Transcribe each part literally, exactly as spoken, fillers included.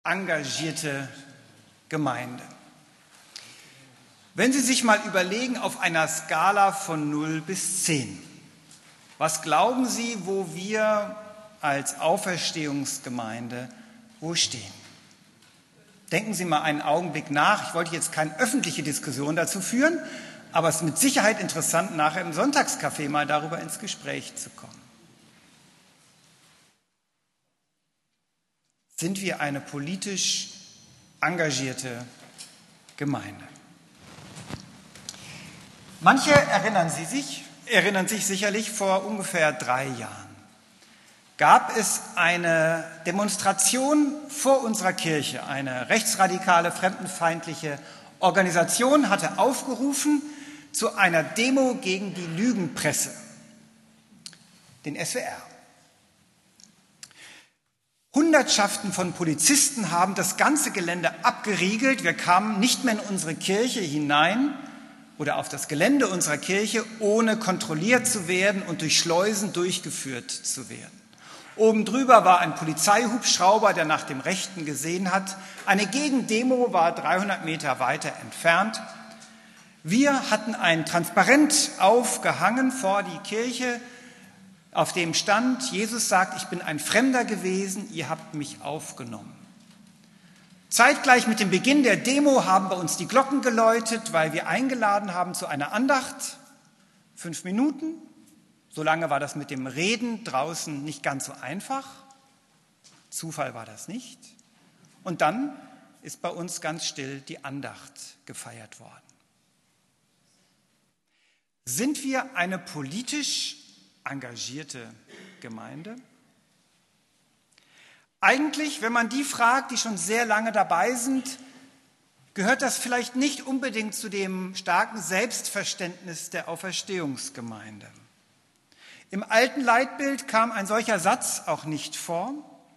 engagierte Gemeinde. Wenn Sie sich mal überlegen, auf einer Skala von null bis zehn, was glauben Sie, wo wir als Auferstehungsgemeinde wo stehen? Denken Sie mal einen Augenblick nach. Ich wollte jetzt keine öffentliche Diskussion dazu führen, aber es ist mit Sicherheit interessant, nachher im Sonntagscafé mal darüber ins Gespräch zu kommen. Sind wir eine politisch engagierte Gemeinde? Manche erinnern Sie sich, erinnern sich sicherlich, vor ungefähr drei Jahren gab es eine Demonstration vor unserer Kirche. Eine rechtsradikale, fremdenfeindliche Organisation hatte aufgerufen zu einer Demo gegen die Lügenpresse, den S W R. Hundertschaften von Polizisten haben das ganze Gelände abgeriegelt. Wir kamen nicht mehr in unsere Kirche hinein oder auf das Gelände unserer Kirche, ohne kontrolliert zu werden und durch Schleusen durchgeführt zu werden. Oben drüber war ein Polizeihubschrauber, der nach dem Rechten gesehen hat. Eine Gegendemo war dreihundert Meter weiter entfernt. Wir hatten ein Transparent aufgehangen vor die Kirche, auf dem stand: Jesus sagt, ich bin ein Fremder gewesen, ihr habt mich aufgenommen. Zeitgleich mit dem Beginn der Demo haben bei uns die Glocken geläutet, weil wir eingeladen haben zu einer Andacht. Fünf Minuten. So lange war das mit dem Reden draußen nicht ganz so einfach. Zufall war das nicht. Und dann ist bei uns ganz still die Andacht gefeiert worden. Sind wir eine politisch engagierte Gemeinde? Eigentlich, wenn man die fragt, die schon sehr lange dabei sind, gehört das vielleicht nicht unbedingt zu dem starken Selbstverständnis der Auferstehungsgemeinde. Im alten Leitbild kam ein solcher Satz auch nicht vor,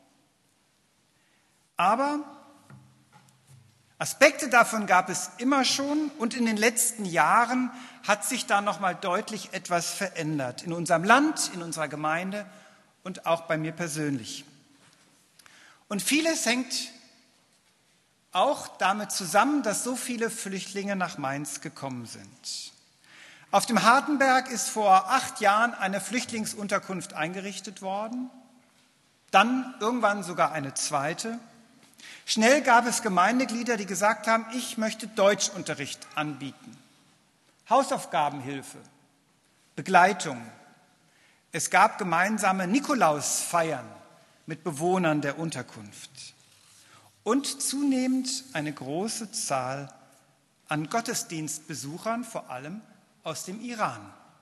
aber Aspekte davon gab es immer schon, und in den letzten Jahren hat sich da noch mal deutlich etwas verändert in unserem Land, in unserer Gemeinde und auch bei mir persönlich. Und vieles hängt auch damit zusammen, dass so viele Flüchtlinge nach Mainz gekommen sind. Auf dem Hartenberg ist vor acht Jahren eine Flüchtlingsunterkunft eingerichtet worden, dann irgendwann sogar eine zweite. Schnell gab es Gemeindeglieder, die gesagt haben, ich möchte Deutschunterricht anbieten, Hausaufgabenhilfe, Begleitung. Es gab gemeinsame Nikolausfeiern mit Bewohnern der Unterkunft und zunehmend eine große Zahl an Gottesdienstbesuchern, vor allem aus dem Iran.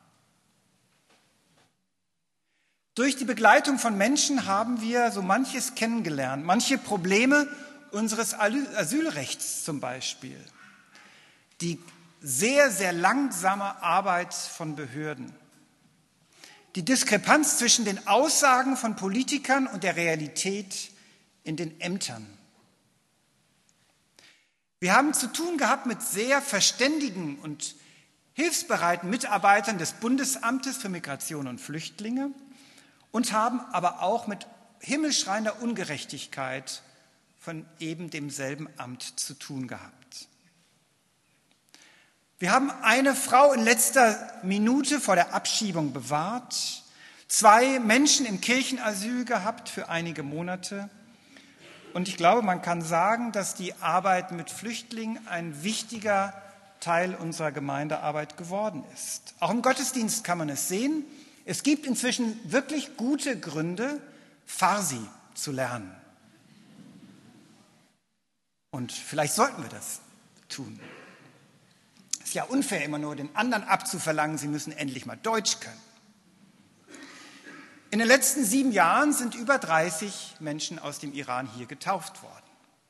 Durch die Begleitung von Menschen haben wir so manches kennengelernt, manche Probleme unseres Asylrechts zum Beispiel, die sehr, sehr langsame Arbeit von Behörden, die Diskrepanz zwischen den Aussagen von Politikern und der Realität in den Ämtern. Wir haben zu tun gehabt mit sehr verständigen und hilfsbereiten Mitarbeitern des Bundesamtes für Migration und Flüchtlinge und haben aber auch mit himmelschreiender Ungerechtigkeit von eben demselben Amt zu tun gehabt. Wir haben eine Frau in letzter Minute vor der Abschiebung bewahrt, zwei Menschen im Kirchenasyl gehabt für einige Monate. Und ich glaube, man kann sagen, dass die Arbeit mit Flüchtlingen ein wichtiger Teil unserer Gemeindearbeit geworden ist. Auch im Gottesdienst kann man es sehen. Es gibt inzwischen wirklich gute Gründe, Farsi zu lernen. Und vielleicht sollten wir das tun. Es ist ja unfair, immer nur den anderen abzuverlangen, sie müssen endlich mal Deutsch können. In den letzten sieben Jahren sind über dreißig Menschen aus dem Iran hier getauft worden.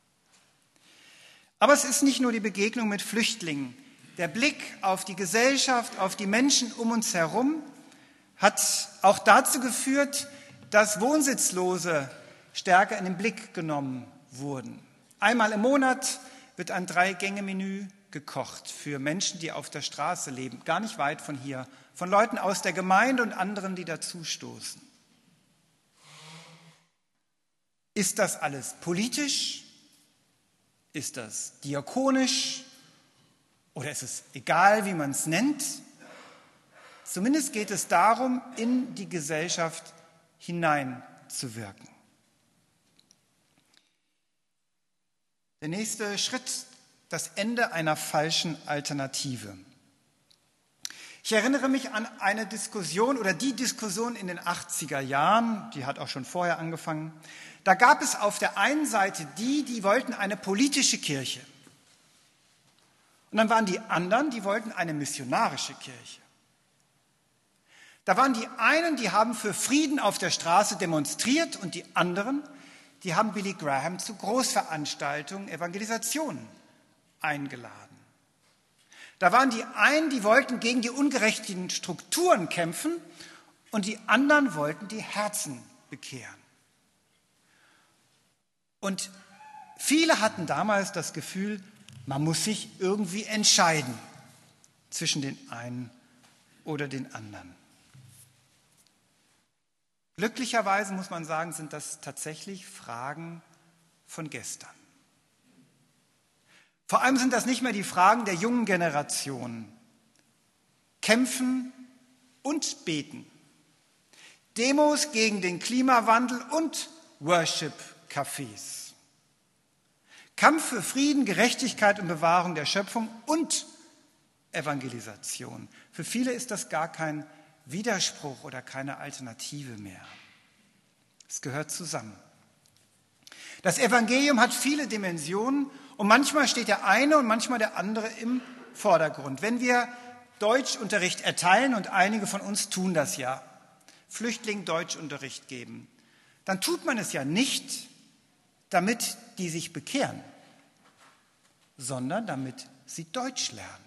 Aber es ist nicht nur die Begegnung mit Flüchtlingen. Der Blick auf die Gesellschaft, auf die Menschen um uns herum hat auch dazu geführt, dass Wohnsitzlose stärker in den Blick genommen wurden. Einmal im Monat wird ein Drei-Gänge-Menü gekocht für Menschen, die auf der Straße leben, gar nicht weit von hier, von Leuten aus der Gemeinde und anderen, die dazustoßen. Ist das alles politisch Ist das diakonisch oder ist es egal, wie man es nennt? Zumindest geht es darum, in die Gesellschaft hineinzuwirken. Der nächste Schritt, das Ende einer falschen Alternative. Ich erinnere mich an eine Diskussion oder die Diskussion in den achtziger Jahren, die hat auch schon vorher angefangen. Da gab es auf der einen Seite die, die wollten eine politische Kirche. Und dann waren die anderen, die wollten eine missionarische Kirche. Da waren die einen, die haben für Frieden auf der Straße demonstriert und die anderen, die haben Billy Graham zu Großveranstaltungen, Evangelisationen eingeladen. Da waren die einen, die wollten gegen die ungerechten Strukturen kämpfen und die anderen wollten die Herzen bekehren. Und viele hatten damals das Gefühl, man muss sich irgendwie entscheiden zwischen den einen oder den anderen. Glücklicherweise muss man sagen, sind das tatsächlich Fragen von gestern. Vor allem sind das nicht mehr die Fragen der jungen Generation. Kämpfen und beten. Demos gegen den Klimawandel und Worship-Cafés. Kampf für Frieden, Gerechtigkeit und Bewahrung der Schöpfung und Evangelisation. Für viele ist das gar kein Widerspruch oder keine Alternative mehr. Es gehört zusammen. Das Evangelium hat viele Dimensionen und manchmal steht der eine und manchmal der andere im Vordergrund. Wenn wir Deutschunterricht erteilen, und einige von uns tun das ja, Flüchtlingen Deutschunterricht geben, dann tut man es ja nicht, damit die sich bekehren, sondern damit sie Deutsch lernen.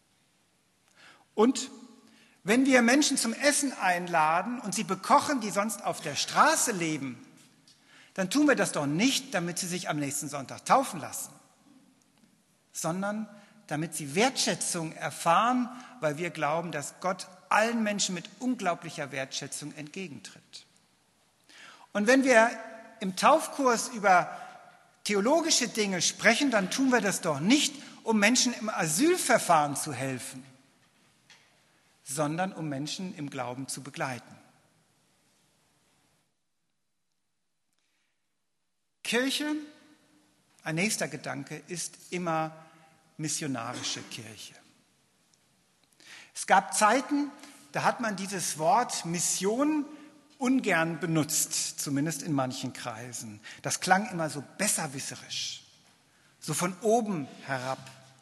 Und wenn wir Menschen zum Essen einladen und sie bekochen, die sonst auf der Straße leben, dann tun wir das doch nicht, damit sie sich am nächsten Sonntag taufen lassen, sondern damit sie Wertschätzung erfahren, weil wir glauben, dass Gott allen Menschen mit unglaublicher Wertschätzung entgegentritt. Und wenn wir im Taufkurs über theologische Dinge sprechen, dann tun wir das doch nicht, um Menschen im Asylverfahren zu helfen, sondern um Menschen im Glauben zu begleiten. Kirche, ein nächster Gedanke, ist immer missionarische Kirche. Es gab Zeiten, da hat man dieses Wort Mission ungern benutzt, zumindest in manchen Kreisen. Das klang immer so besserwisserisch, so von oben herab.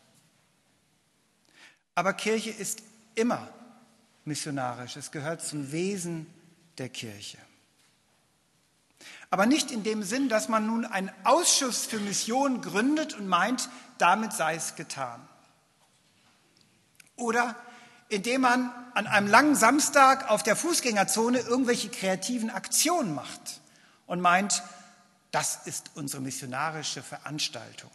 Aber Kirche ist immer missionarisch. Es gehört zum Wesen der Kirche. Aber nicht in dem Sinn, dass man nun einen Ausschuss für Mission gründet und meint, damit sei es getan. Oder indem man an einem langen Samstag auf der Fußgängerzone irgendwelche kreativen Aktionen macht und meint, das ist unsere missionarische Veranstaltung.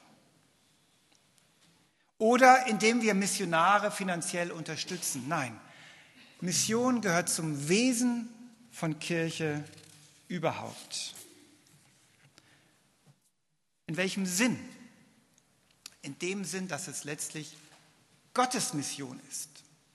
Oder indem wir Missionare finanziell unterstützen. Nein, Mission gehört zum Wesen von Kirche überhaupt. In welchem Sinn? In dem Sinn, dass es letztlich Gottes Mission ist.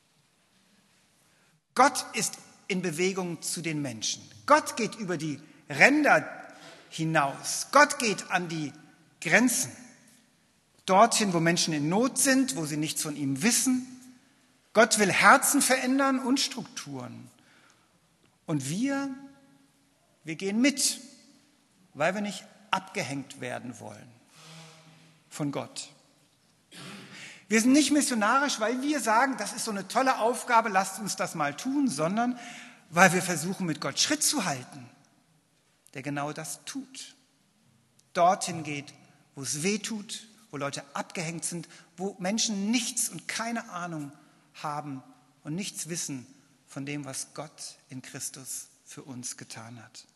Gott ist in Bewegung zu den Menschen. Gott geht über die Ränder hinaus. Gott geht an die Grenzen. Dorthin, wo Menschen in Not sind, wo sie nichts von ihm wissen. Gott will Herzen verändern und Strukturen. Und wir, wir gehen mit, weil wir nicht abgehängt werden wollen von Gott. Wir sind nicht missionarisch, weil wir sagen, das ist so eine tolle Aufgabe, lasst uns das mal tun, sondern weil wir versuchen, mit Gott Schritt zu halten, der genau das tut. Dorthin geht, wo es weh tut, wo Leute abgehängt sind, wo Menschen nichts und keine Ahnung haben und nichts wissen von dem, was Gott in Christus für uns getan hat.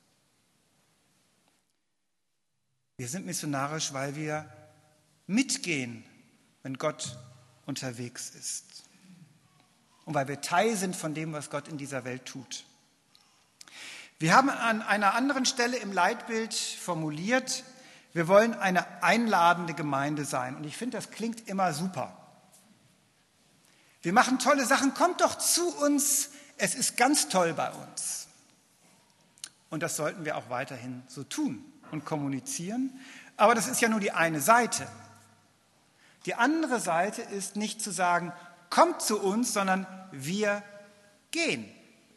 Wir sind missionarisch, weil wir mitgehen, wenn Gott unterwegs ist. Und weil wir Teil sind von dem, was Gott in dieser Welt tut. Wir haben an einer anderen Stelle im Leitbild formuliert, Wir wollen eine einladende Gemeinde sein. Und ich finde, das klingt immer super. Wir machen tolle Sachen, kommt doch zu uns. Es ist ganz toll bei uns. Und das sollten wir auch weiterhin so tun und kommunizieren. Aber das ist ja nur die eine Seite. Die andere Seite ist nicht zu sagen, kommt zu uns, sondern wir gehen.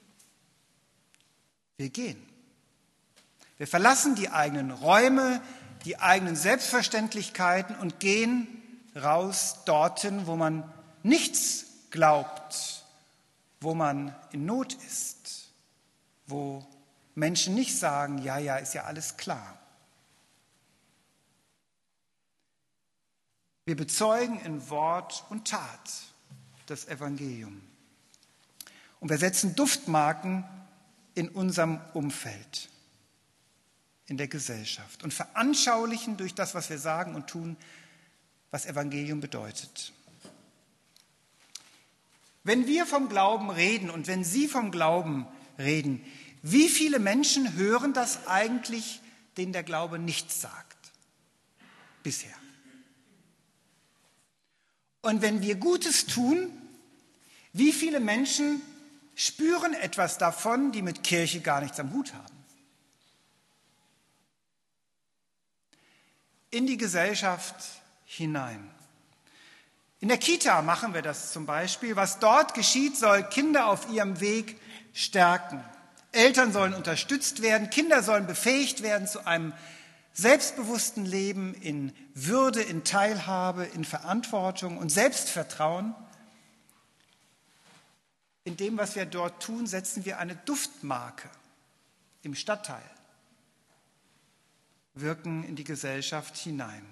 Wir gehen. Wir verlassen die eigenen Räume, die eigenen Selbstverständlichkeiten und gehen raus dorthin, wo man nichts glaubt, wo man in Not ist, wo Menschen nicht sagen, ja, ja, ist ja alles klar. Wir bezeugen in Wort und Tat das Evangelium. Und wir setzen Duftmarken in unserem Umfeld, in der Gesellschaft und veranschaulichen durch das, was wir sagen und tun, was Evangelium bedeutet. Wenn wir vom Glauben reden und wenn Sie vom Glauben reden, wie viele Menschen hören das eigentlich, denen der Glaube nichts sagt? Bisher. Und wenn wir Gutes tun, wie viele Menschen spüren etwas davon, die mit Kirche gar nichts am Hut haben? In die Gesellschaft hinein. In der Kita machen wir das zum Beispiel. Was dort geschieht, soll Kinder auf ihrem Weg stärken. Eltern sollen unterstützt werden, Kinder sollen befähigt werden zu einem selbstbewussten Leben in Würde, in Teilhabe, in Verantwortung und Selbstvertrauen. In dem, was wir dort tun, setzen wir eine Duftmarke im Stadtteil, wirken in die Gesellschaft hinein.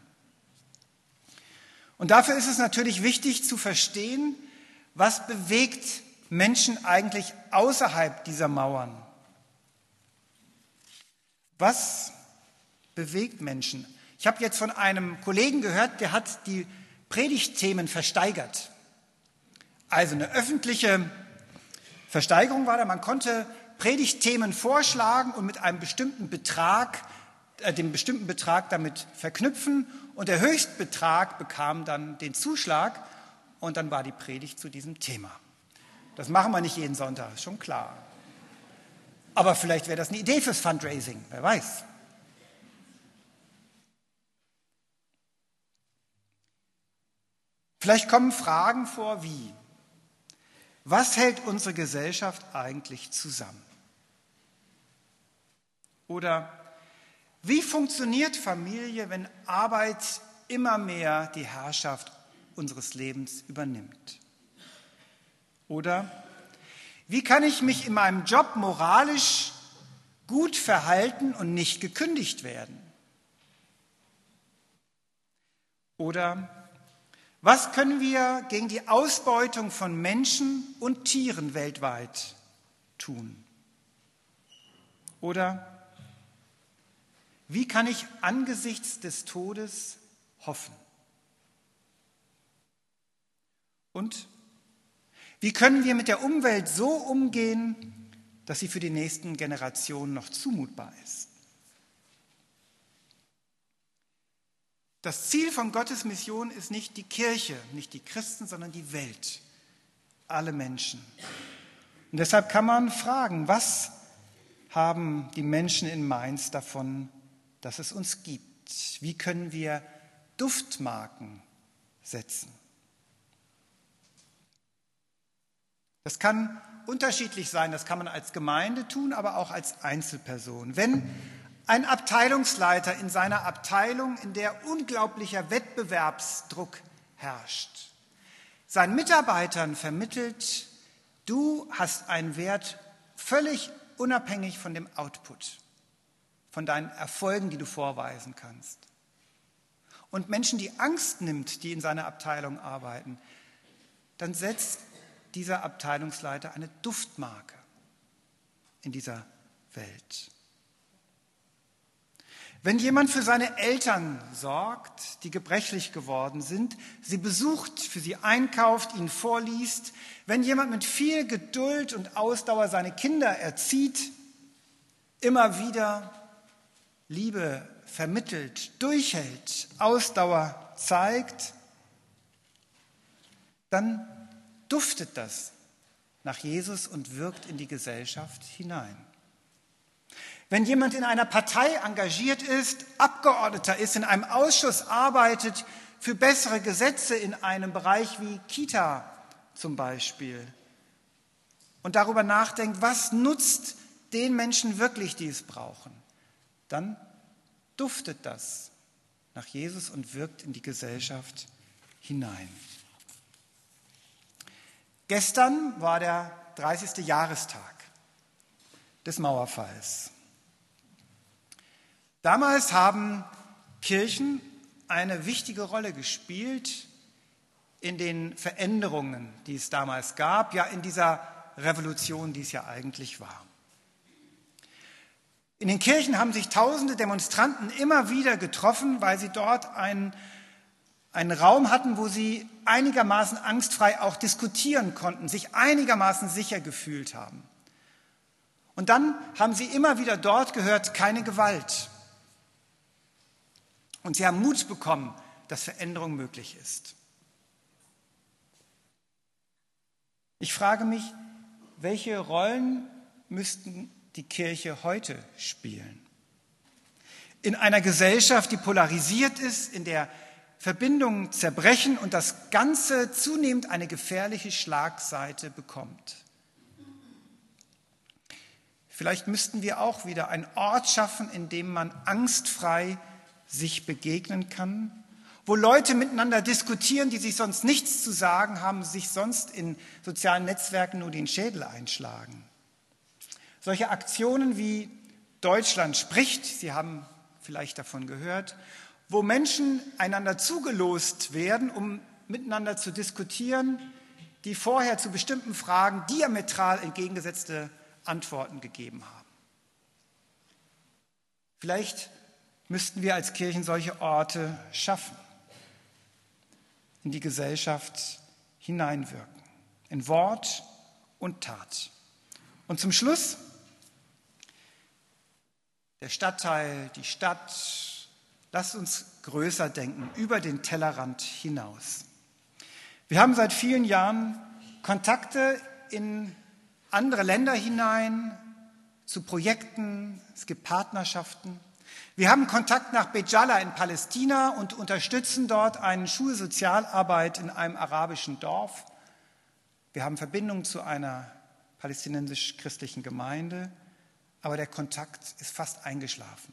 Und dafür ist es natürlich wichtig zu verstehen, was bewegt Menschen eigentlich außerhalb dieser Mauern. Was bewegt Menschen? Ich habe jetzt von einem Kollegen gehört, der hat die Predigtthemen versteigert. Also eine öffentliche Versteigerung war da, man konnte Predigtthemen vorschlagen und mit einem bestimmten Betrag, äh, dem bestimmten Betrag damit verknüpfen und der Höchstbetrag bekam dann den Zuschlag und dann war die Predigt zu diesem Thema. Das machen wir nicht jeden Sonntag, ist schon klar. Aber vielleicht wäre das eine Idee fürs Fundraising, wer weiß. Vielleicht kommen Fragen vor wie: Was hält unsere Gesellschaft eigentlich zusammen? Oder wie funktioniert Familie, wenn Arbeit immer mehr die Herrschaft unseres Lebens übernimmt? Oder wie kann ich mich in meinem Job moralisch gut verhalten und nicht gekündigt werden? Oder was können wir gegen die Ausbeutung von Menschen und Tieren weltweit tun? Oder wie kann ich angesichts des Todes hoffen? Und wie können wir mit der Umwelt so umgehen, dass sie für die nächsten Generationen noch zumutbar ist? Das Ziel von Gottes Mission ist nicht die Kirche, nicht die Christen, sondern die Welt, alle Menschen. Und deshalb kann man fragen, was haben die Menschen in Mainz davon, dass es uns gibt? Wie können wir Duftmarken setzen? Das kann unterschiedlich sein, das kann man als Gemeinde tun, aber auch als Einzelperson. Wenn ein Abteilungsleiter in seiner Abteilung, in der unglaublicher Wettbewerbsdruck herrscht, seinen Mitarbeitern vermittelt, du hast einen Wert völlig unabhängig von dem Output, von deinen Erfolgen, die du vorweisen kannst. Und Menschen die Angst nimmt, die in seiner Abteilung arbeiten, dann setzt dieser Abteilungsleiter eine Duftmarke in dieser Welt. Wenn jemand für seine Eltern sorgt, die gebrechlich geworden sind, sie besucht, für sie einkauft, ihnen vorliest, wenn jemand mit viel Geduld und Ausdauer seine Kinder erzieht, immer wieder Liebe vermittelt, durchhält, Ausdauer zeigt, dann duftet das nach Jesus und wirkt in die Gesellschaft hinein. Wenn jemand in einer Partei engagiert ist, Abgeordneter ist, in einem Ausschuss arbeitet, für bessere Gesetze in einem Bereich wie Kita zum Beispiel, und darüber nachdenkt, was nutzt den Menschen wirklich, die es brauchen, dann duftet das nach Jesus und wirkt in die Gesellschaft hinein. Gestern war der dreißigste Jahrestag des Mauerfalls. Damals haben Kirchen eine wichtige Rolle gespielt in den Veränderungen, die es damals gab, ja in dieser Revolution, die es ja eigentlich war. In den Kirchen haben sich tausende Demonstranten immer wieder getroffen, weil sie dort einen, einen Raum hatten, wo sie einigermaßen angstfrei auch diskutieren konnten, sich einigermaßen sicher gefühlt haben. Und dann haben sie immer wieder dort gehört, keine Gewalt. Und sie haben Mut bekommen, dass Veränderung möglich ist. Ich frage mich, welche Rollen müssten die Kirche heute spielen? In einer Gesellschaft, die polarisiert ist, in der Verbindungen zerbrechen und das Ganze zunehmend eine gefährliche Schlagseite bekommt. Vielleicht müssten wir auch wieder einen Ort schaffen, in dem man angstfrei sich begegnen kann, wo Leute miteinander diskutieren, die sich sonst nichts zu sagen haben, sich sonst in sozialen Netzwerken nur den Schädel einschlagen. Solche Aktionen wie Deutschland spricht, Sie haben vielleicht davon gehört, wo Menschen einander zugelost werden, um miteinander zu diskutieren, die vorher zu bestimmten Fragen diametral entgegengesetzte Antworten gegeben haben. Vielleicht müssten wir als Kirchen solche Orte schaffen, in die Gesellschaft hineinwirken, in Wort und Tat. Und zum Schluss, der Stadtteil, die Stadt, lasst uns größer denken, über den Tellerrand hinaus. Wir haben seit vielen Jahren Kontakte in andere Länder hinein, zu Projekten, es gibt Partnerschaften. Wir haben Kontakt nach Bejala in Palästina und unterstützen dort eine Schulsozialarbeit in einem arabischen Dorf. Wir haben Verbindungen zu einer palästinensisch-christlichen Gemeinde, aber der Kontakt ist fast eingeschlafen.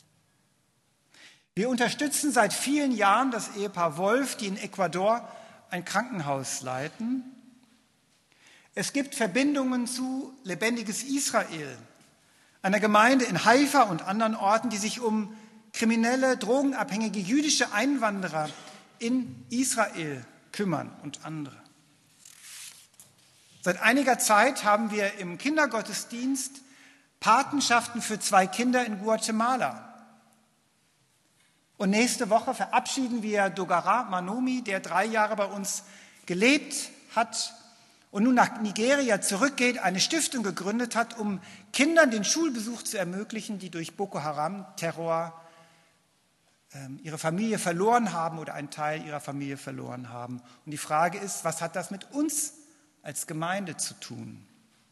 Wir unterstützen seit vielen Jahren das Ehepaar Wolf, die in Ecuador ein Krankenhaus leiten. Es gibt Verbindungen zu Lebendiges Israel, einer Gemeinde in Haifa und anderen Orten, die sich um kriminelle, drogenabhängige jüdische Einwanderer in Israel kümmern und andere. Seit einiger Zeit haben wir im Kindergottesdienst Patenschaften für zwei Kinder in Guatemala. Und nächste Woche verabschieden wir Dogara Manomi, der drei Jahre bei uns gelebt hat und nun nach Nigeria zurückgeht, eine Stiftung gegründet hat, um Kindern den Schulbesuch zu ermöglichen, die durch Boko Haram-Terror ähm, ihre Familie verloren haben oder einen Teil ihrer Familie verloren haben. Und die Frage ist, was hat das mit uns als Gemeinde zu tun?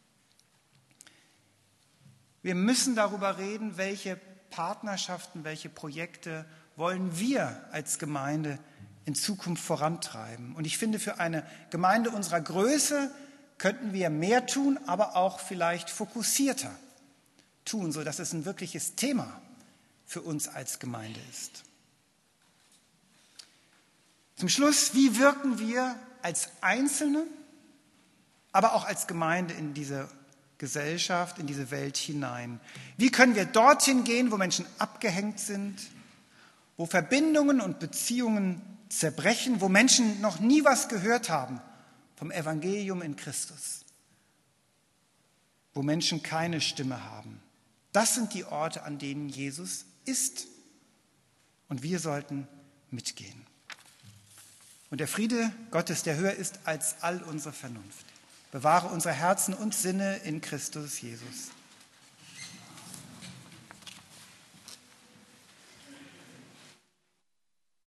Wir müssen darüber reden, welche Partnerschaften, welche Projekte wollen wir als Gemeinde in Zukunft vorantreiben. Und ich finde, für eine Gemeinde unserer Größe könnten wir mehr tun, aber auch vielleicht fokussierter tun, sodass es ein wirkliches Thema für uns als Gemeinde ist. Zum Schluss, wie wirken wir als Einzelne, aber auch als Gemeinde in diese Gesellschaft, in diese Welt hinein? Wie können wir dorthin gehen, wo Menschen abgehängt sind, wo Verbindungen und Beziehungen zerbrechen, wo Menschen noch nie was gehört haben vom Evangelium in Christus, wo Menschen keine Stimme haben? Das sind die Orte, an denen Jesus ist. Und wir sollten mitgehen. Und der Friede Gottes, der höher ist als all unsere Vernunft, bewahre unsere Herzen und Sinne in Christus Jesus.